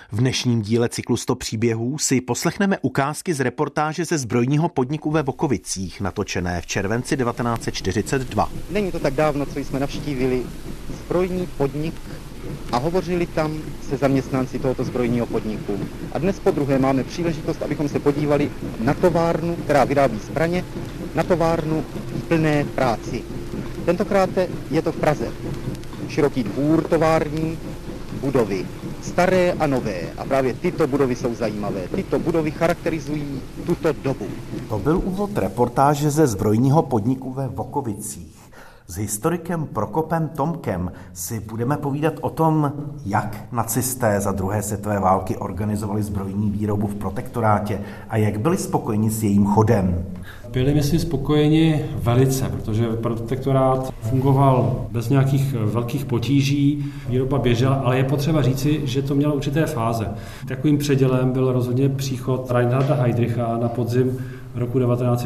V dnešním díle cyklu 100 příběhů si poslechneme ukázky z reportáže ze zbrojního podniku ve Vokovicích, natočené v červenci 1942. Není to tak dávno, co jsme navštívili zbrojní podnik a hovořili tam se zaměstnanci tohoto zbrojního podniku. A dnes podruhé máme příležitost, abychom se podívali na továrnu, která vyrábí zbraně, na továrnu v plné práci. Tentokrát je to v Praze. Široký dvůr tovární, budovy, staré a nové. A právě tyto budovy jsou zajímavé. Tyto budovy charakterizují tuto dobu. To byl úvod reportáže ze zbrojního podniku ve Vokovicích. S historikem Prokopem Tomkem si budeme povídat o tom, jak nacisté za druhé světové války organizovali zbrojní výrobu v protektorátě a jak byli spokojeni s jejím chodem. Byli, myslím, spokojeni velice, protože protektorát fungoval bez nějakých velkých potíží, výroba běžela, ale je potřeba říci, že to mělo určité fáze. Takovým předělem byl rozhodně příchod Reinharda Heydricha na podzim roku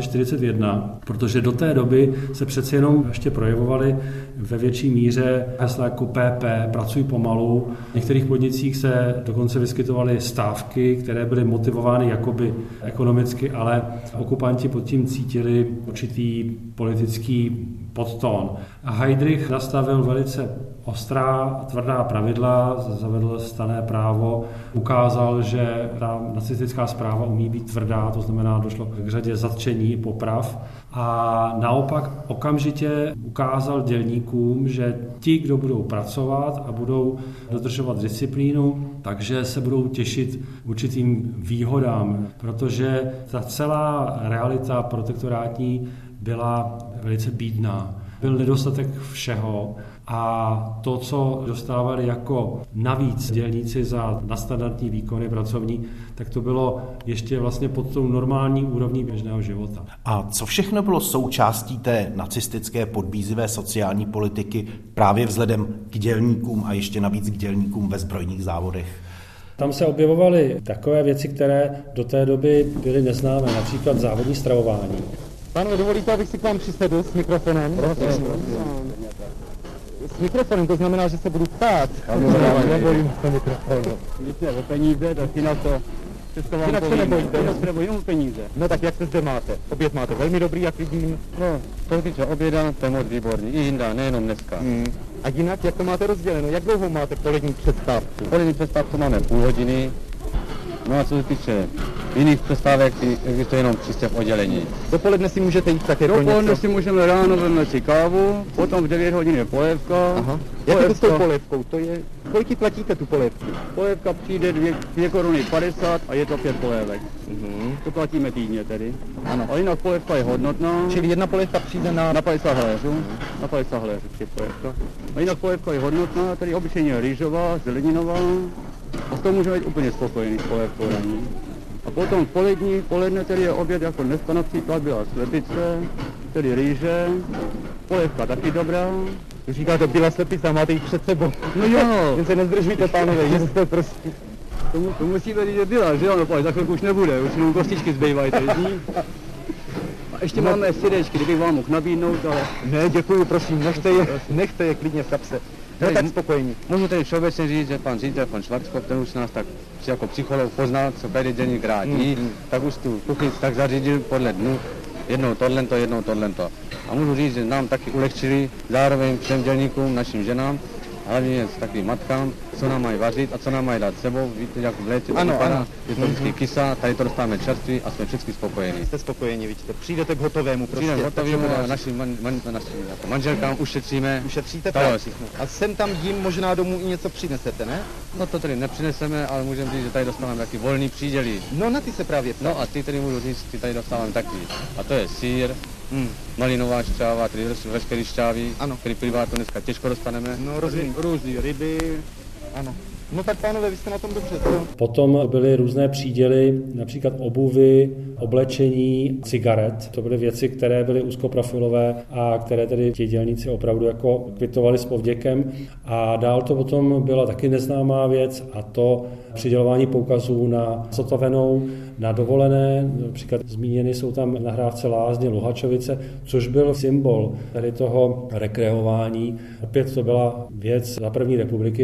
1941, protože do té doby se přeci jenom ještě projevovaly ve větší míře hesla jako PP, pracuj pomalu. V některých podnicích se dokonce vyskytovaly stávky, které byly motivovány jakoby ekonomicky, ale okupanti pod tím cítili určitý politický podtón. A Heydrich nastavil velice ostrá, tvrdá pravidla, zavedl stanné právo, ukázal, že ta nacistická správa umí být tvrdá, to znamená, došlo k řadě zatčení, poprav a naopak okamžitě ukázal dělníkům, že ti, kdo budou pracovat a budou dodržovat disciplínu, takže se budou těšit určitým výhodám, protože ta celá realita protektorátní byla velice bídná. Byl nedostatek všeho a to, co dostávali jako navíc dělníci za nadstandardní výkony pracovní, tak to bylo ještě vlastně pod tou normální úrovní běžného života. A co všechno bylo součástí té nacistické podbízivé sociální politiky právě vzhledem k dělníkům a ještě navíc k dělníkům ve zbrojních závodech? Tam se objevovaly takové věci, které do té doby byly neznámé, například závodní stravování. Pánové, dovolíte, abych si k vám přisedl s mikrofonem? S mikrofonem, to znamená, že se budu ptát. Nebojím se mikrofonu. Víte, o peníze, tak jinak to... Jinak se nebojíte. Jinak se nebojím o peníze. No tak jak se zde máte? Oběd máte velmi dobrý, jak vidím. No, to když oběda, to je moc výborný. I jinda, nejenom dneska. A jinak, jak to máte rozděleno? Jak dlouho máte polední přestávku? Polední přestávku máme půl hodiny. No a co se týče jiných přestávek, existuje jenom čistě v oddělení. Dopoledne si můžete jít také pro něco? Dopoledne si můžeme ráno vezmeme si kávu, potom v 9 hodin je polévka. Aha. Jak je to s tou polévkou? To je... Kolik platíte tu polévku? Polévka přijde 2 koruny 50 a je to 5 polévek. To platíme týdně tedy. Ano. A jinak polévka je hodnotná. Čili jedna polévka přijde na 50 haléřů. Na 50 haléřů je polévka. A jinak polévka je hodnotná, tedy obyčejně rýžová, zeleninová. A s toho můžeme být úplně spokojení s polévkou raní. A potom poledne tedy je oběd, jako dneska například byla slepice, tedy rýže, polévka taky dobrá. Když říkáte byla slepice, máte ji před sebou. No jo. Jen se nezdržujte, pánové, jste prostě. To musíme říct, že byla, že ano, za chvilku už nebude, už jenom kostičky zbývají teď. A ještě máme syrečky, kdybych vám mohl nabídnout, ale... Ne, děkuji, prosím, nechte je klidně v kapse. No tak spokojení. Můžu tedy všeobecně říct, že pan ředitel von Schwarzkopf, ten už nás tak jako psycholog poznal, co každý dělník rád jí, tak už tu kuchyň tak zařídil podle dnu, jednou tohle. A můžu říct, že nám taky ulehčili zároveň všem dělníkům, našim ženám, hlavně s takovým matkám, co nám mají vařit a co nám mají dát sebou. Víte, jak v létě to vypadá, je to vždycky kysa, tady to dostáváme čerství a jsme všichni spokojení. Jste spokojení, vidíte, přijdete k hotovému prostě. Přijdeme k hotovému a našim jako manželkám ušetříme. Ušetříte práci. A sem tam jim možná domů i něco přinesete, ne? No to tedy nepřineseme, ale můžeme říct, že tady dostáváme taky volný přídělí. No na ty se právě ptám. No a ty tedy můžu říct, ty tady dostáváme taky. A to je sýr, malinová šťáva, tedy veškerý šťávy, který privátně dneska těžko dostaneme. No různý ryby, ano. No tak pánové, vy jste na tom dobře, co? Potom byly různé příděly, například obuvy, oblečení, cigaret. To byly věci, které byly úzkoprofilové a které tedy ti dělníci opravdu jako kvitovali s povděkem. A dál to potom byla taky neznámá věc a to přidělování poukazů na zotavenou, na dovolené. Například zmíněny jsou tam nahrávce Lázně Luhačovice, což byl symbol tady toho rekreování. Opět to byla věc za první republiky,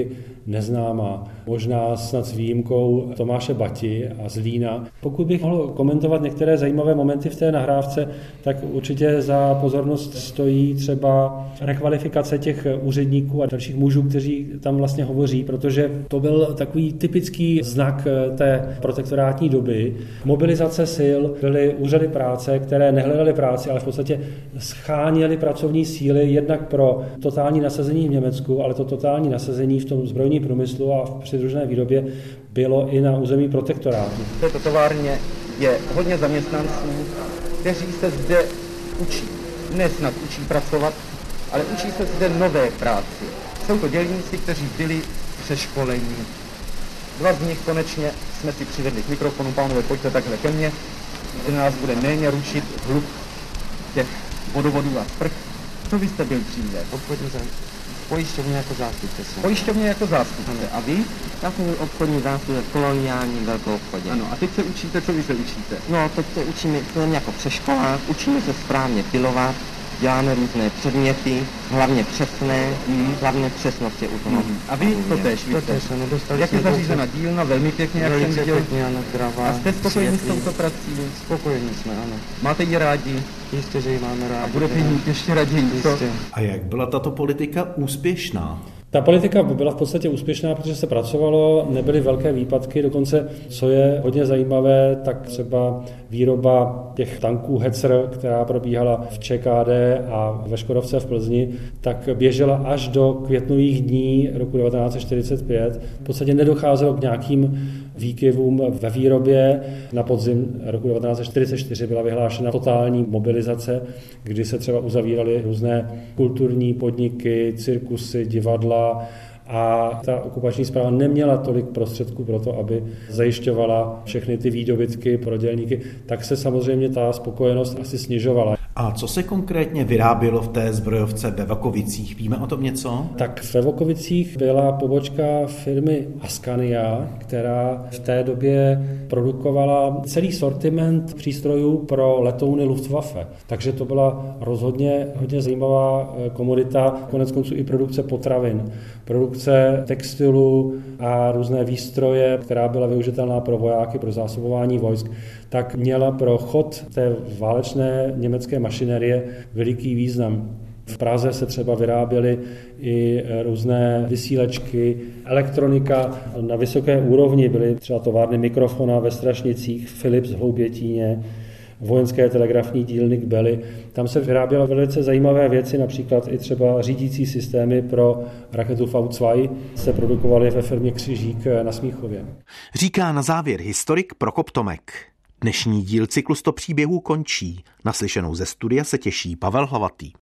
neznámá. Možná snad s výjimkou Tomáše Bati a Zlína. Pokud bych mohl komentovat některé zajímavé momenty v té nahrávce, tak určitě za pozornost stojí třeba rekvalifikace těch úředníků a dalších mužů, kteří tam vlastně hovoří, protože to byl takový typický znak té protektorátní doby. Mobilizace sil, byly úřady práce, které nehledaly práci, ale v podstatě scháněly pracovní síly jednak pro totální nasazení v Německu, ale to totální nasazení v tom zbrojním průmyslu a v přidružené výrobě bylo i na území protektorátu. V této továrně je hodně zaměstnanců, kteří se zde učí. Ne snad učí pracovat, ale učí se zde nové práci. Jsou to dělníci, kteří byli přeškolení. Dva z nich konečně jsme si přivedli k mikrofonu. Pánové, pojďte takhle ke mně, kde nás bude méně rušit hluk těch vodovodů a sprch. Co vy jste byl dříve? Pojišťovně jako zástupce. Pojišťovně jako zástupce. A vy? Já jsem byl obchodní zástupce v koloniálním velkou obchodě. Ano, a teď se učíte, co vy se učíte? No, teď se učíme jako přeškolák, učíme se správně pilovat, děláme různé předměty, hlavně přesné, hlavně přesnost je u toho. A vy totéž, jak je zařízena dílna, velmi pěkně, jak jsem viděl. A jste spokojení s touto prací? Spokojení jsme, ano. Máte ji rádi? Jistě, že ji máme rádi. A budete ji mít ještě raději, co? A jak byla tato politika úspěšná? Ta politika byla v podstatě úspěšná, protože se pracovalo, nebyly velké výpadky, dokonce, co je hodně zajímavé, tak třeba výroba těch tanků Hetzer, která probíhala v ČKD a ve Škodovce v Plzni, tak běžela až do květnových dní roku 1945. V podstatě nedocházelo k nějakým výkyvům ve výrobě. Na podzim roku 1944 byla vyhlášena totální mobilizace, kdy se třeba uzavíraly různé kulturní podniky, cirkusy, divadla, a ta okupační správa neměla tolik prostředků pro to, aby zajišťovala všechny ty výdobytky pro dělníky, tak se samozřejmě ta spokojenost asi snižovala. A co se konkrétně vyrábělo v té zbrojovce ve Vokovicích? Víme o tom něco? Tak ve Vokovicích byla pobočka firmy Askania, která v té době produkovala celý sortiment přístrojů pro letouny Luftwaffe. Takže to byla rozhodně hodně zajímavá komodita, koneckonců i produkce potravin, produkce textilu a různé výstroje, která byla využitelná pro vojáky, pro zásobování vojsk, tak měla pro chod té válečné německé mašinerie veliký význam. V Praze se třeba vyráběly i různé vysílačky, elektronika na vysoké úrovni, byly třeba továrny Mikrofona ve Strašnicích, Philips v Hloubětíně, vojenské telegrafní dílny Kbely. Tam se vyráběly velice zajímavé věci, například i třeba řídící systémy pro raketu V2 se produkovaly ve firmě Křižík na Smíchově. Říká na závěr historik Prokop Tomek. Dnešní díl cyklu 100 příběhů končí. Naslyšenou ze studia se těší Pavel Hlavatý.